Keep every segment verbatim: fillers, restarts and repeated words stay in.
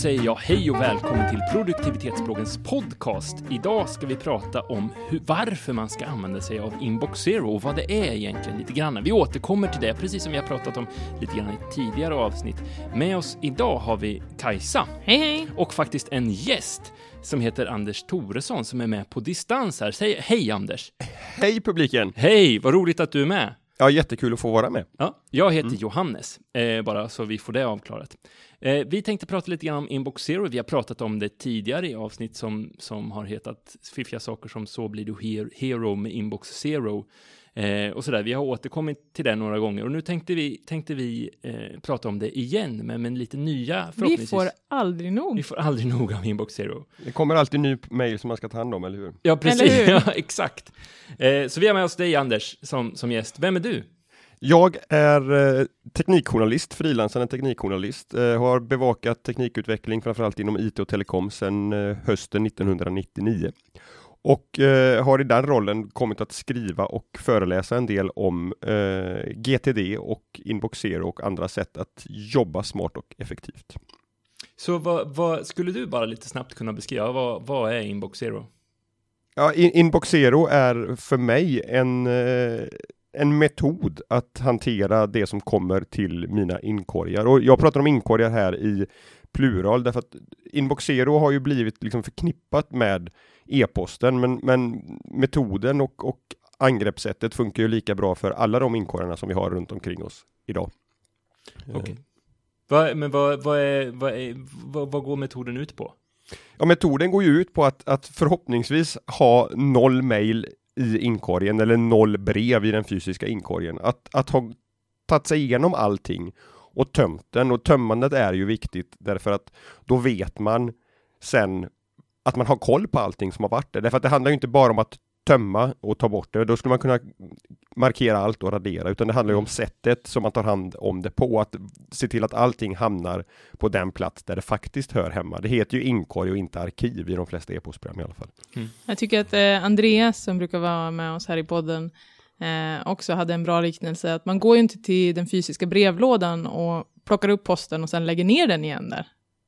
säger jag hej och välkommen till Produktivitetsbloggens podcast. Idag ska vi prata om hur, varför man ska använda sig av Inbox Zero och vad det är egentligen lite grann. Vi återkommer till det, precis som vi har pratat om lite grann i tidigare avsnitt. Med oss idag har vi Kajsa. Hej hej! Och faktiskt en gäst som heter Anders Toresson som är med på distans här. Säg hej Anders! Hej publiken! Hej, vad roligt att du är med! Ja, jättekul att få vara med. Ja, jag heter mm. Johannes, eh, bara så vi får det avklarat. Eh, vi tänkte prata lite grann om Inbox Zero. Vi har pratat om det tidigare i avsnitt som, som har hetat fiffiga saker som Så blir du her- hero med Inbox Zero. Eh, och sådär. Vi har återkommit till det några gånger. Och nu tänkte vi, tänkte vi eh, prata om det igen, men med lite nya förhoppningsvis. Vi får aldrig nog. Vi får aldrig nog av Inbox Zero. Det kommer alltid ny mail som man ska ta hand om, eller hur? Ja, precis. Ja, exakt. Eh, så vi har med oss dig, Anders, som, som gäst. Vem är du? Jag är eh, teknikjournalist, frilansande teknikjournalist. Eh, har bevakat teknikutveckling framförallt inom I T och telekom sedan eh, hösten nittonhundranittionio. Och eh, har i den rollen kommit att skriva och föreläsa en del om eh, G T D och Inbox Zero och andra sätt att jobba smart och effektivt. Så vad, vad skulle du bara lite snabbt kunna beskriva? Vad, vad är Inbox Zero? Ja, in, Inbox Zero är för mig en... Eh, en metod att hantera det som kommer till mina inkorgar. Och jag pratar om inkorgar här i plural därför att Inbox Zero har ju blivit liksom förknippat med e-posten, men, men metoden och, och angreppssättet funkar ju lika bra för alla de inkorgarna som vi har runt omkring oss idag. Okej. Okay. Va, men vad, vad, är, vad, är, vad, vad går metoden ut på? Ja, metoden går ju ut på att, att förhoppningsvis ha noll mejl i inkorgen eller noll brev i den fysiska inkorgen. Att, att ha tagit sig igenom allting och tömt den. Och tömmandet är ju viktigt därför att då vet man sen att man har koll på allting som har varit där. Därför att det handlar ju inte bara om att tömma och ta bort det. Då skulle man kunna markera allt och radera. Utan det handlar ju om sättet som man tar hand om det på. Att se till att allting hamnar på den plats där det faktiskt hör hemma. Det heter ju inkorg och inte arkiv i de flesta e-postprogram i alla fall. Mm. Jag tycker att eh, Andreas som brukar vara med oss här i podden eh, också hade en bra liknelse. Att man går ju inte till den fysiska brevlådan och plockar upp posten och sen lägger ner den igen där.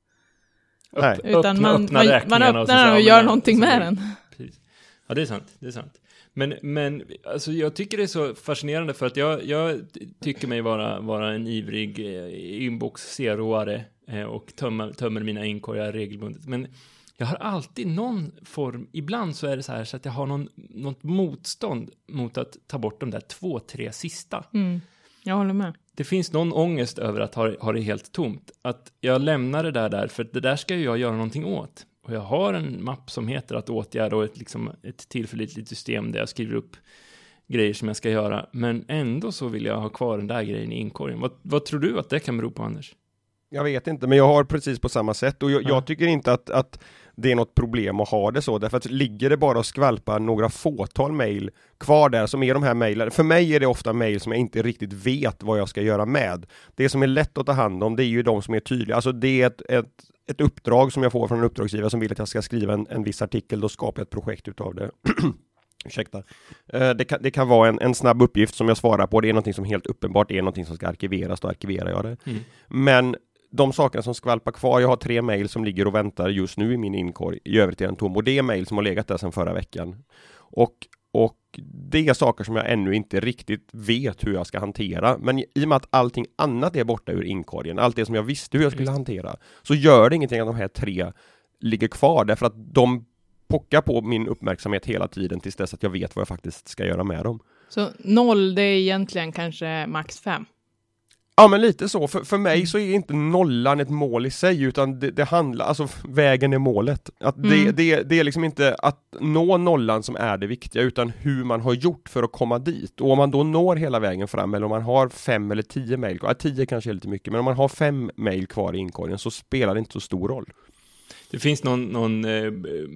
Nej. Utan öppna, man, öppna man, man öppnar den och gör någonting med den. Precis. Ja, det är sant, det är sant. Men, men alltså, jag tycker det är så fascinerande för att jag, jag tycker mig vara, vara en ivrig eh, Inbox Zero-are eh, och tömmer, tömmer mina inkorgar regelbundet. Men jag har alltid någon form, ibland så är det så här så att jag har någon, något motstånd mot att ta bort de där två, tre sista. Mm, jag håller med. Det finns någon ångest över att ha, ha det helt tomt. Att jag lämnar det där där, för det där ska ju jag göra någonting åt. Och jag har en mapp som heter att åtgärda och ett, liksom, ett tillförlitligt system där jag skriver upp grejer som jag ska göra. Men ändå så vill jag ha kvar den där grejen i inkorgen. Vad, vad tror du att det kan bero på, Anders? Jag vet inte, men jag har precis på samma sätt. Och jag, ja. jag tycker inte att, att det är något problem att ha det så. Därför att ligger det bara och skvalpar några fåtal mejl kvar där som är de här mejlen. För mig är det ofta mejl som jag inte riktigt vet vad jag ska göra med. Det som är lätt att ta hand om, det är ju de som är tydliga. Alltså det är ett... ett ett uppdrag som jag får från en uppdragsgivare som vill att jag ska skriva en, en viss artikel, då skapar jag ett projekt utav det. Ursäkta. Uh, det, kan, det kan vara en, en snabb uppgift som jag svarar på. Det är någonting som helt uppenbart är någonting som ska arkiveras, då arkiverar jag det. Mm. Men de sakerna som skvalpar kvar, jag har tre mejl som ligger och väntar just nu i min inkorg. I övrigt är den tom. Och det är mejl som har legat där sedan förra veckan. Och, och det är saker som jag ännu inte riktigt vet hur jag ska hantera. Men i och med att allting annat är borta ur inkorgen, allt det som jag visste hur jag skulle hantera, så gör det ingenting att de här tre ligger kvar. Därför att de pockar på min uppmärksamhet hela tiden tills dess att jag vet vad jag faktiskt ska göra med dem. Så noll, det är egentligen kanske max fem? Ja, men lite så. För, för mig så är inte nollan ett mål i sig, utan det, det handlar, alltså vägen är målet. Att det, mm. det, det är liksom inte att nå nollan som är det viktiga, utan hur man har gjort för att komma dit. Och om man då når hela vägen fram, eller om man har fem eller tio mejl kvar, tio kanske är lite mycket, men om man har fem mejl kvar i inkorgen så spelar det inte så stor roll. Det finns någon, någon eh,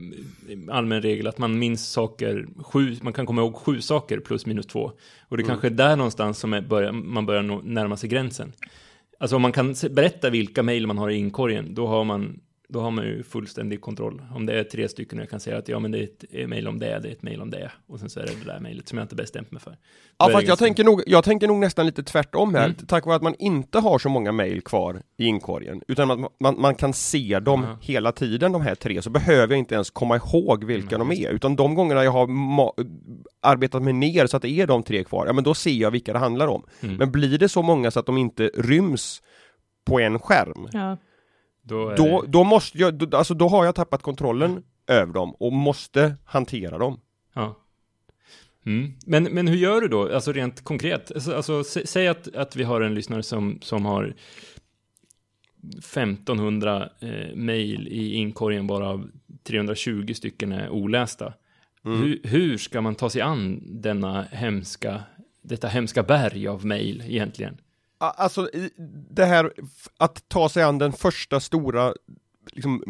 allmän regel att man minns saker, sju, man kan komma ihåg sju saker plus minus två. Och det är mm. kanske är där någonstans som är börja, man börjar nå, närma sig gränsen. Alltså om man kan berätta vilka mejl man har i inkorgen, då har man då har man ju fullständig kontroll. Om det är tre stycken och jag kan säga att ja, men det är ett mejl om det, det är ett mejl om det. Och sen så är det det där mejlet som jag inte bestämt mig för. Ja, fast ganska... jag, tänker nog, jag tänker nog nästan lite tvärtom här. Mm. Tack vare att man inte har så många mejl kvar i inkorgen. Utan att man, man, man kan se dem uh-huh. hela tiden, de här tre. Så behöver jag inte ens komma ihåg vilka mm. de är. Utan de gångerna jag har ma- arbetat mig ner så att det är de tre kvar. Ja, men då ser jag vilka det handlar om. Mm. Men blir det så många så att de inte ryms på en skärm. Ja. Då, då, då måste jag, då, alltså då har jag tappat kontrollen mm. över dem och måste hantera dem. Ja. Mm. Men, men hur gör du då? Alltså rent konkret. Alltså, alltså sä, säg att, att vi har en lyssnare som, som har femtonhundra eh, mejl i inkorgen, bara av trehundratjugo stycken är olästa. Mm. Hur, hur ska man ta sig an denna hemska, detta hemska berg av mejl egentligen? Alltså det här att ta sig an den första stora liksom,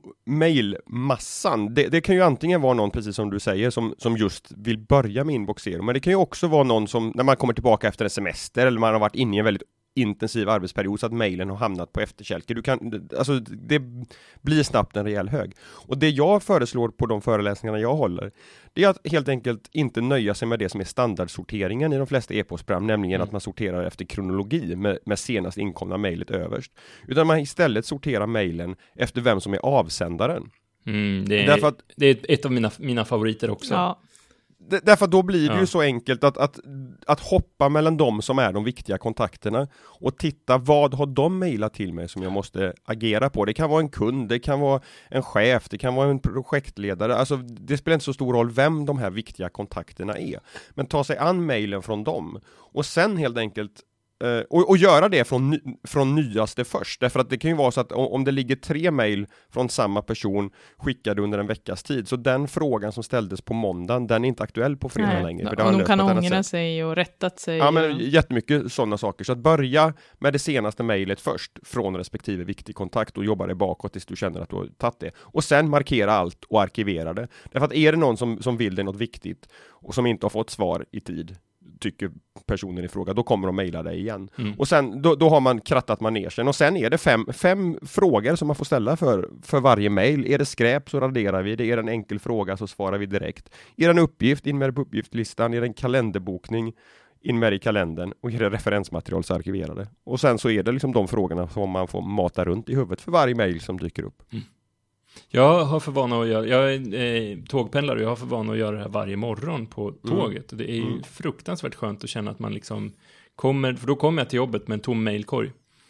mailmassan, det, det kan ju antingen vara någon, precis som du säger, som, som just vill börja med Inbox Zero, men det kan ju också vara någon som, när man kommer tillbaka efter en semester eller man har varit inne i en väldigt intensiv arbetsperiod så att mejlen har hamnat på efterkälke. Du kan, alltså, det blir snabbt en rejäl hög. Och det jag föreslår på de föreläsningarna jag håller, det är att helt enkelt inte nöja sig med det som är standardsorteringen i de flesta e-postprogram, nämligen mm. att man sorterar efter kronologi med, med senast inkomna mejlet överst. Utan man istället sorterar mejlen efter vem som är avsändaren. Mm, det, är, Därför att, det är ett av mina, mina favoriter också. Ja. Därför då blir det ja. ju så enkelt att, att, att hoppa mellan de som är de viktiga kontakterna och titta vad har de mejlat till mig som jag måste agera på. Det kan vara en kund, det kan vara en chef, det kan vara en projektledare. Alltså det spelar inte så stor roll vem de här viktiga kontakterna är. Men ta sig an mejlen från dem och sen helt enkelt Och, och göra det från, ny, från nyaste först. Därför att det kan ju vara så att om, om det ligger tre mejl från samma person skickade under en veckas tid, så den frågan som ställdes på måndagen, den är inte aktuell på fredag Nej. längre. För och de kan ångra sig och rättat sig. Ja, men och... jättemycket sådana saker. Så att börja med det senaste mejlet först från respektive viktig kontakt och jobba det bakåt tills du känner att du har tagit det. Och sen markera allt och arkivera det. Därför att är det någon som, som vill det något viktigt och som inte har fått svar i tid, tycker personen i fråga, då kommer de mejla dig igen. Mm. Och sen, då, då har man krattat manegen. Och sen är det fem, fem frågor som man får ställa för, för varje mejl. Är det skräp så raderar vi det. Är det en enkel fråga så svarar vi direkt. Är det en uppgift, in med det på uppgiftslistan. Är det en kalenderbokning, in med det i kalendern. Och är det referensmaterial så arkiverar det. Och sen så är det liksom de frågorna som man får mata runt i huvudet för varje mejl som dyker upp. Mm. Jag har för vana att göra, jag är eh, tågpendlare och jag har för vana att göra det här varje morgon på tåget. Mm. Och det är ju mm. fruktansvärt skönt att känna att man liksom kommer, för då kommer jag till jobbet med en tom mejlkorg.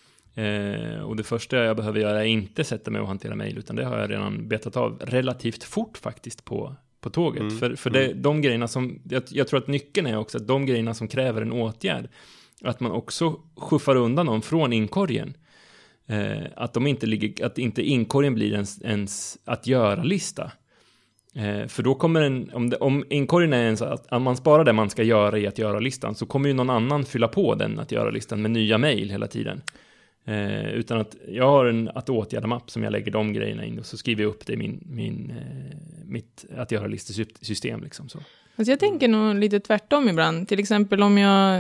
Eh, och det första jag behöver göra är inte sätta mig och hantera mejl, utan det har jag redan betat av relativt fort faktiskt på, på tåget. Mm. För, för det, de grejerna som, jag, jag tror att nyckeln är också att de grejerna som kräver en åtgärd, att man också skuffar undan dem från inkorgen. Eh, att de inte ligger, att inte inkorgen blir ens, ens att göra-lista. Eh, för då kommer en, om, det, om inkorgen är ens att, att man sparar det man ska göra i att göra-listan, så kommer ju någon annan fylla på den att göra-listan med nya mejl hela tiden. Eh, utan att jag har en att åtgärda-mapp som jag lägger de grejerna in och så skriver jag upp det i min, min, eh, mitt att göra-listasystem liksom så. Alltså jag tänker nog lite tvärtom ibland. Till exempel om jag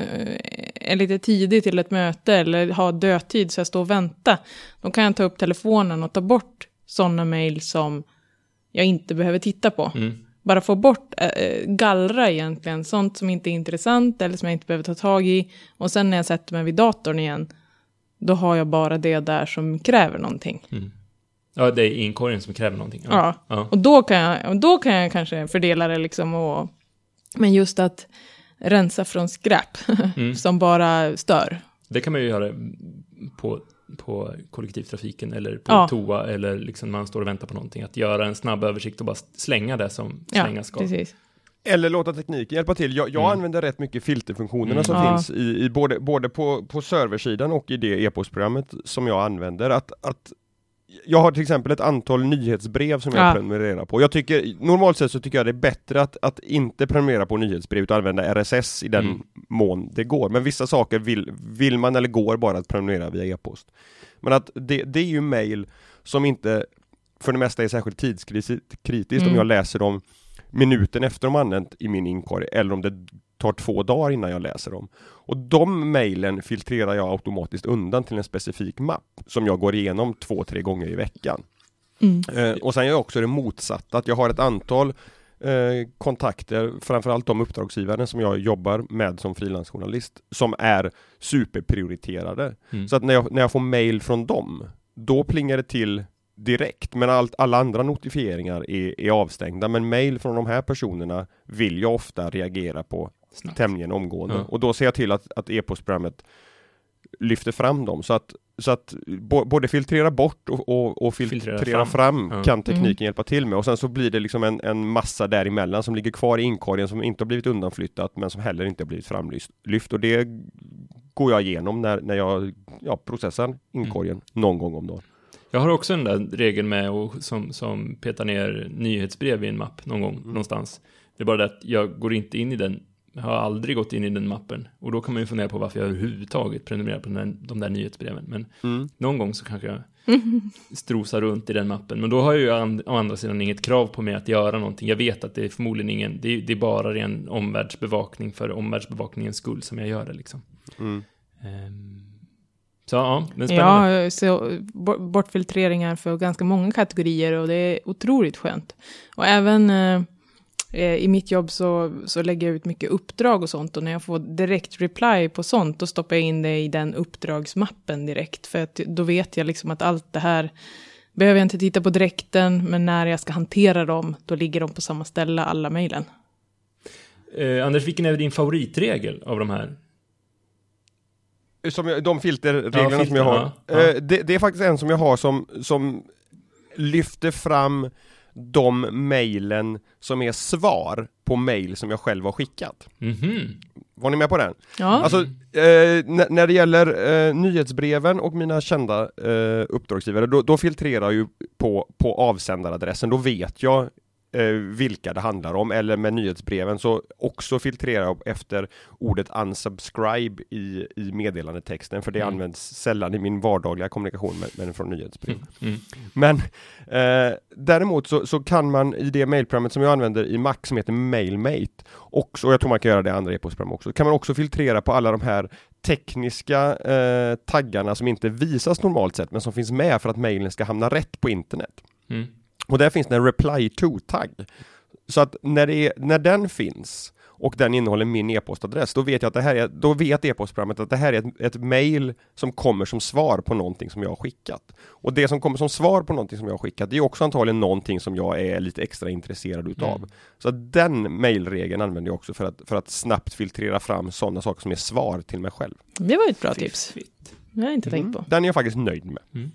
är lite tidig till ett möte eller har dödtid så jag står och väntar. Då kan jag ta upp telefonen och ta bort sådana mejl som jag inte behöver titta på. Mm. Bara få bort, äh, gallra egentligen. Sånt som inte är intressant eller som jag inte behöver ta tag i. Och sen när jag sätter mig vid datorn igen, då har jag bara det där som kräver någonting. Mm. Ja, det är inkorgen som kräver någonting. Ja, ja. ja. Och, då kan jag, och då kan jag kanske fördela det liksom och... Men just att rensa från skräp mm. som bara stör. Det kan man ju göra på, på kollektivtrafiken eller på ja. toa eller liksom när man står och väntar på någonting. Att göra en snabb översikt och bara slänga det som slängas ska. Precis. Eller låta tekniken hjälpa till. Jag, jag mm. använder rätt mycket filterfunktionerna mm. som ja. finns i, i både, både på, på serversidan och i det e-postprogrammet som jag använder. Att... att jag har till exempel ett antal nyhetsbrev som jag ja. prenumererar på. Jag tycker, normalt sett så tycker jag det är bättre att, att inte prenumerera på nyhetsbrev utan använda R S S i den mm. mån det går. Men vissa saker vill, vill man eller går bara att prenumerera via e-post. Men att det, det är ju mejl som inte för det mesta är särskilt tidskritiskt mm. om jag läser dem minuten efter de använt i min inkorg eller om det tar två dagar innan jag läser dem. Och de mejlen filtrerar jag automatiskt undan till en specifik mapp som jag går igenom två, tre gånger i veckan. Mm. Eh, och sen är jag också det motsatta, att jag har ett antal eh, kontakter, framförallt de uppdragsgivare som jag jobbar med som frilansjournalist, som är superprioriterade. Mm. Så att när jag, när jag får mail från dem, då plingar det till direkt, men allt, alla andra notifieringar är, är avstängda, men mail från de här personerna vill jag ofta reagera på Snabbt. tämligen omgående. Ja. Och då ser jag till att, att e-postprogrammet lyfter fram dem, så att, så att bo, både filtrera bort och, och, och filtrera, Filtrera fram, fram. Ja. kan tekniken Mm. hjälpa till med. Och sen så blir det liksom en, en massa däremellan som ligger kvar i inkorgen, som inte har blivit undanflyttat, men som heller inte har blivit framlyft. Och det går jag igenom när, när jag ja, processar inkorgen Mm. någon gång om dagen. Jag har också den där regeln med och som, som petar ner nyhetsbrev i en mapp någon gång, Mm. någonstans. Det är bara det att jag går inte in i den, jag har aldrig gått in i den mappen. Och då kan man ju fundera på varför jag överhuvudtaget prenumererar på den, de där nyhetsbreven. Men Mm. någon gång så kanske jag strosar runt i den mappen. Men då har jag ju an, å andra sidan inget krav på mig att göra någonting. Jag vet att det är förmodligen ingen, det är, det är bara ren omvärldsbevakning för omvärldsbevakningens skull som jag gör det liksom. Mm. Um, så ja, men spännande. Ja, så bo- bortfiltreringar för ganska många kategorier och det är otroligt skönt. Och även eh, i mitt jobb så, så lägger jag ut mycket uppdrag och sånt, och när jag får direkt reply på sånt, då stoppar jag in det i den uppdragsmappen direkt, för att då vet jag liksom att allt det här behöver jag inte titta på direkten, men när jag ska hantera dem, då ligger de på samma ställe, alla mejlen. Eh, Anders, vilken är din favoritregel av de här? Som jag, de filterreglerna Ja, filter, som jag har. ja, ja. Eh, det, det är faktiskt en som jag har som, som lyfter fram de mejlen som är svar på mejl som jag själv har skickat. Mhm. Var ni med på den? Ja, Alltså, eh, n- när det gäller eh, nyhetsbreven och mina kända eh, uppdragsgivare, då, då filtrerar jag ju på, på avsändaradressen. Då vet jag eh, vilka det handlar om. Eller med nyhetsbreven så också filtrerar jag efter ordet unsubscribe i, i meddelandetexten. För det Mm. används sällan i min vardagliga kommunikation med, med från nyhetsbrev. Mm. Men eh, däremot så, så kan man i det mailprogrammet som jag använder i Mac som heter Mailmate också, och jag tror man kan göra det i andra e-postprogram också, kan man också filtrera på alla de här tekniska eh, taggarna som inte visas normalt sett men som finns med för att mailen ska hamna rätt på internet. Mm. Och där finns det en reply to-tagg. Så att när, det är, när den finns och den innehåller min e-postadress, då vet jag att det här är, då vet e-postprogrammet att det här är ett, ett mail som kommer som svar på någonting som jag har skickat. Och det som kommer som svar på någonting som jag har skickat, det är också antagligen någonting som jag är lite extra intresserad utav. Mm. Så att den mailregeln använder jag också för att, för att snabbt filtrera fram sådana saker som är svar till mig själv. det var ett bra tips. Fiffigt. Det har jag inte tänkt på. Mm. Den är jag faktiskt nöjd med. Mm.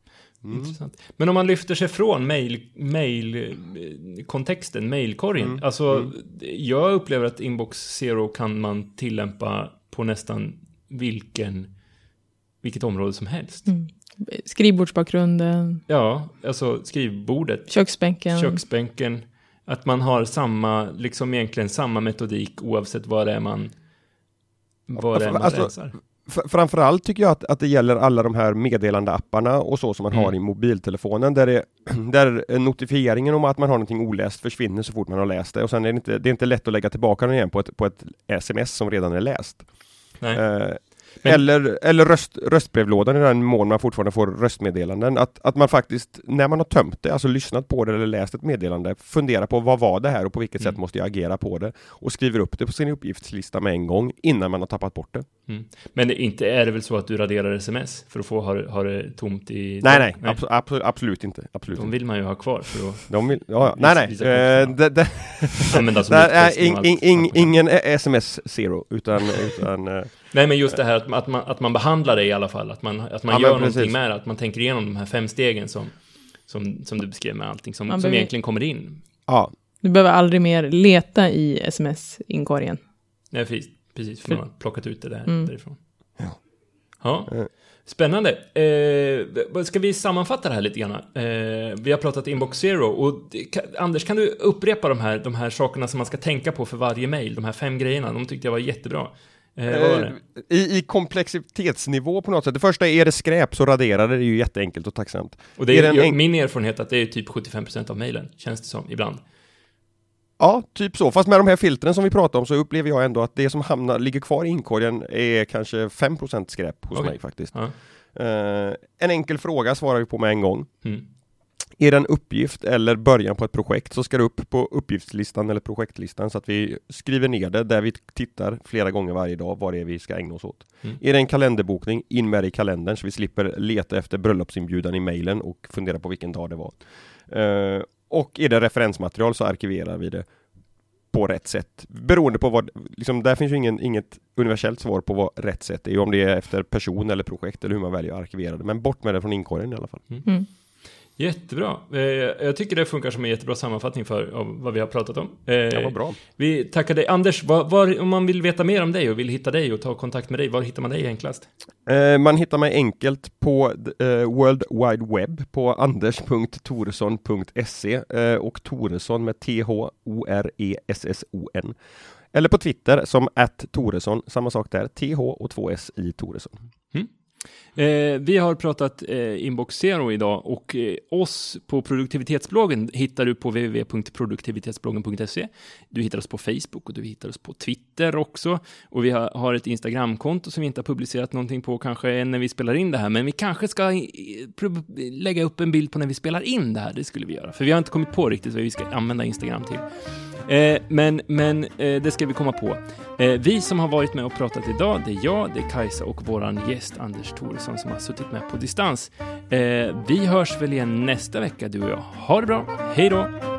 Mm. Intressant. Men om man lyfter sig från mail, mail kontexten, mailkorgen. Mm. Alltså, Mm. jag upplever att Inbox Zero kan man tillämpa på nästan vilken, vilket område som helst. Mm. Skrivbordsbakgrunden, Ja, alltså skrivbordet, köksbänken. köksbänken. Att man har samma, liksom egentligen samma metodik oavsett vad det är man, vad det är man Alltså, läser. F- framförallt tycker jag att, att det gäller alla de här meddelandeapparna och så som man Mm. har i mobiltelefonen, där, det, där notifieringen om att man har någonting oläst försvinner så fort man har läst det, och sen är det inte, det är inte lätt att lägga tillbaka den igen på ett, på ett sms som redan är läst. Nej. Eh, Men- Eller, eller röst, röstbrevlådan i den mån man fortfarande får röstmeddelanden. Att, att man faktiskt, när man har tömt det, alltså lyssnat på det eller läst ett meddelande, funderar på vad var det här och på vilket Mm. sätt måste jag agera på det. Och skriver upp det på sin uppgiftslista med en gång innan man har tappat bort det. Mm. Men det, inte är det väl så att du raderar sms för att få ha, det- ha det tomt i... Nej, nej, abso- abso- absolut inte. Absolut De inte. vill man ju ha kvar för att De vill, ja, ja. Nej, nej. visa Eh, kompisarna. det, det, använda som nej, nej, utpressning och ing, allt. ing, ing, ingen är sms zero, utan, utan eh, Nej, men just det här att, att, man, att man behandlar det i alla fall. Att man, att man Ja, men gör precis. någonting med det. Att man tänker igenom de här fem stegen som, som, som du beskrev med allting som, Man som behöver- egentligen kommer in. ja. Du behöver aldrig mer leta i sms-inkorgen. Nej, precis. Precis, för För- man har plockat ut det där, Mm. därifrån. Ja. Ja. Eh. Spännande. Eh, ska vi sammanfatta det här lite grann? Eh, vi har pratat Inbox Zero. Och det, kan, Anders, kan du upprepa de här, de här sakerna som man ska tänka på för varje mejl? De här fem grejerna, de tyckte jag var jättebra. Eh, vad var det? Eh, I, I komplexitetsnivå på något sätt. Det första är, är det skräp så radera det, det är ju jätteenkelt och tacksamt. Och det är, är det en jag, enk- min erfarenhet att det är typ sjuttiofem procent av mejlen, känns det som, ibland. Ja, typ så. Fast med de här filtren som vi pratar om så upplever jag ändå att det som hamnar, ligger kvar i inkorgen är kanske fem procent skräp hos Okej. mig faktiskt. Ja. Eh, en enkel fråga svarar vi på med en gång. Mm. Är det en uppgift eller början på ett projekt så ska det upp på uppgiftslistan eller projektlistan så att vi skriver ner det där vi tittar flera gånger varje dag vad det är vi ska ägna oss åt. Mm. Är det en kalenderbokning, in med det i kalendern så vi slipper leta efter bröllopsinbjudan i mejlen och fundera på vilken dag det var. Uh, och är det referensmaterial så arkiverar vi det på rätt sätt. Beroende på vad, liksom, där finns ju ingen, inget universellt svar på vad rätt sätt är, om det är efter person eller projekt eller hur man väljer att arkivera det. Men bort med det från inkorgen i alla fall. Mm. Mm. Jättebra. Eh, jag tycker det funkar som en jättebra sammanfattning för av vad vi har pratat om. Eh, det var bra. Vi tackar dig. Anders, var, var, om man vill veta mer om dig och vill hitta dig och ta kontakt med dig, var hittar man dig enklast? Eh, man hittar mig enkelt på eh, World Wide Web på anders punkt toresson punkt se eh, och Toresson med T H O R E S S O N. Eller på Twitter som at Toresson, samma sak där, T H och två S i Toresson. Mm. Eh, vi har pratat eh, Inbox Zero idag och eh, oss på produktivitetsbloggen hittar du på w w w punkt produktivitetsbloggen punkt se. Du hittar oss på Facebook och du hittar oss på Twitter också. Och vi har, har ett Instagramkonto som vi inte har publicerat någonting på kanske än när vi spelar in det här. Men vi kanske ska eh, lägga upp en bild på när vi spelar in det här. Det skulle vi göra. För vi har inte kommit på riktigt vad vi ska använda Instagram till. Eh, men men eh, det ska vi komma på. Eh, vi som har varit med och pratat idag, det är jag, det är Kajsa och våran gäst Anders Toresson som har suttit med på distans. Eh, vi hörs väl igen nästa vecka, du och jag. Ha det bra, hej då!